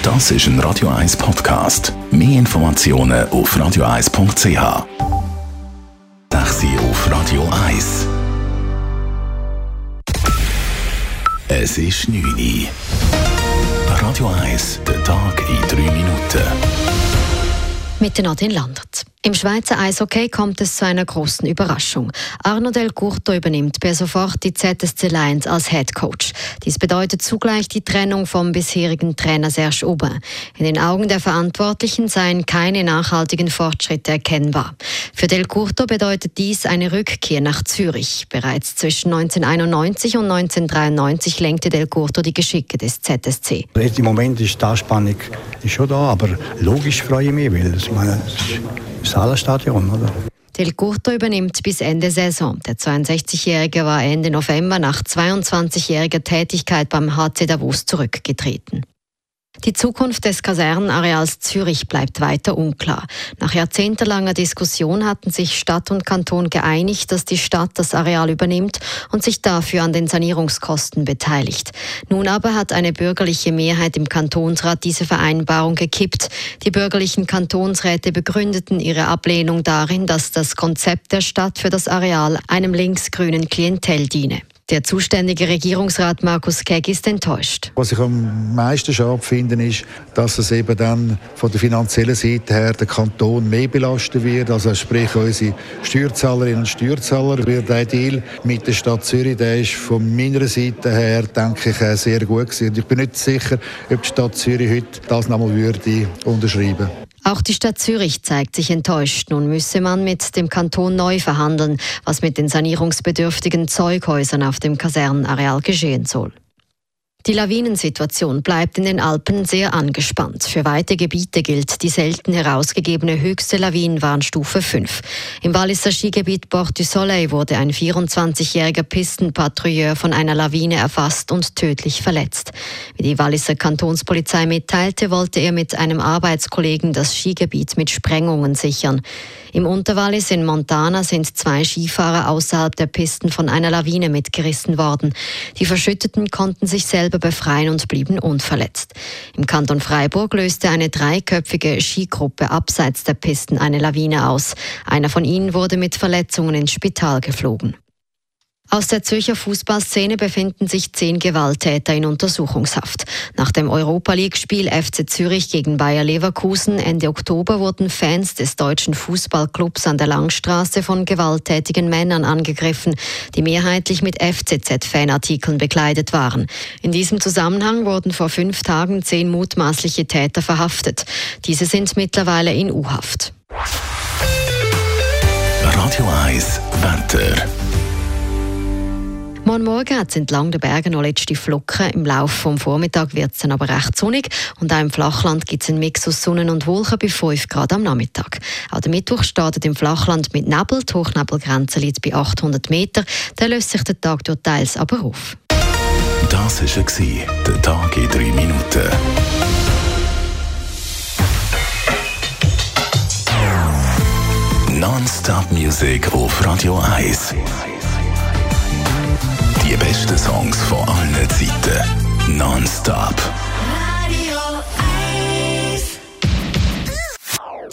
Das ist ein Radio 1 Podcast. Mehr Informationen auf radio1.ch. Taxi auf Radio 1. Es ist 9 Uhr. Radio 1, der Tag in 3 Minuten. Mit Nadine Landert. Im Schweizer Eishockey kommt es zu einer großen Überraschung. Arnaud Del Curto übernimmt per sofort die ZSC Lions als Head Coach. Dies bedeutet zugleich die Trennung vom bisherigen Trainer Serge Aubin. In den Augen der Verantwortlichen seien keine nachhaltigen Fortschritte erkennbar. Für Del Curto bedeutet dies eine Rückkehr nach Zürich. Bereits zwischen 1991 und 1993 lenkte Del Curto die Geschicke des ZSC. Jetzt im Moment ist die Anspannung schon da, aber logisch freue ich mich, weil ich meine, das Hallenstadion, oder? Del Curto übernimmt bis Ende Saison. Der 62-Jährige war Ende November nach 22-jähriger Tätigkeit beim HC Davos zurückgetreten. Die Zukunft des Kasernenareals Zürich bleibt weiter unklar. Nach jahrzehntelanger Diskussion hatten sich Stadt und Kanton geeinigt, dass die Stadt das Areal übernimmt und sich dafür an den Sanierungskosten beteiligt. Nun aber hat eine bürgerliche Mehrheit im Kantonsrat diese Vereinbarung gekippt. Die bürgerlichen Kantonsräte begründeten ihre Ablehnung darin, dass das Konzept der Stadt für das Areal einem linksgrünen Klientel diene. Der zuständige Regierungsrat Markus Keg ist enttäuscht. Was ich am meisten schade finde, ist, dass es eben dann von der finanziellen Seite her den Kanton mehr belasten wird. Also sprich unsere Steuerzahlerinnen und Steuerzahler. Der Deal mit der Stadt Zürich, der ist von meiner Seite her, denke ich, sehr gut gewesen. Ich bin nicht sicher, ob die Stadt Zürich heute das nochmal unterschreiben würde. Auch die Stadt Zürich zeigt sich enttäuscht. Nun müsse man mit dem Kanton neu verhandeln, was mit den sanierungsbedürftigen Zeughäusern auf dem Kasernenareal geschehen soll. Die Lawinensituation bleibt in den Alpen sehr angespannt. Für weite Gebiete gilt die selten herausgegebene höchste Lawinenwarnstufe 5. Im Walliser Skigebiet Port du Soleil wurde ein 24-jähriger Pistenpatrouilleur von einer Lawine erfasst und tödlich verletzt. Wie die Walliser Kantonspolizei mitteilte, wollte er mit einem Arbeitskollegen das Skigebiet mit Sprengungen sichern. Im Unterwallis in Montana sind 2 Skifahrer außerhalb der Pisten von einer Lawine mitgerissen worden. Die Verschütteten konnten sich selber befreien und blieben unverletzt. Im Kanton Freiburg löste eine 3-köpfige Skigruppe abseits der Pisten eine Lawine aus. Einer von ihnen wurde mit Verletzungen ins Spital geflogen. Aus der Zürcher Fußballszene befinden sich 10 Gewalttäter in Untersuchungshaft. Nach dem Europa-League-Spiel FC Zürich gegen Bayer Leverkusen Ende Oktober wurden Fans des deutschen Fußballclubs an der Langstraße von gewalttätigen Männern angegriffen, die mehrheitlich mit FCZ-Fanartikeln bekleidet waren. In diesem Zusammenhang wurden vor 5 Tagen 10 mutmaßliche Täter verhaftet. Diese sind mittlerweile in U-Haft. Radio 1 Wetter. Morgen hat es entlang der Berge noch letzte Flocken. Im Laufe des Vormittags wird es dann aber recht sonnig. Und auch im Flachland gibt es einen Mix aus Sonne und Wolken bei 5 Grad am Nachmittag. Auch der Mittwoch startet im Flachland mit Nebel. Die Hochnebelgrenze liegt bei 800 Meter. Dann löst sich der Tag durch teils aber auf. Das war der Tag in 3 Minuten. Non-Stop-Musik auf Radio 1. Die besten Songs von allen Zeiten. Non-Stop. Radio 1.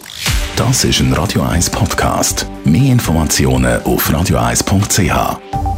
Das ist ein Radio 1 Podcast. Mehr Informationen auf radio1.ch.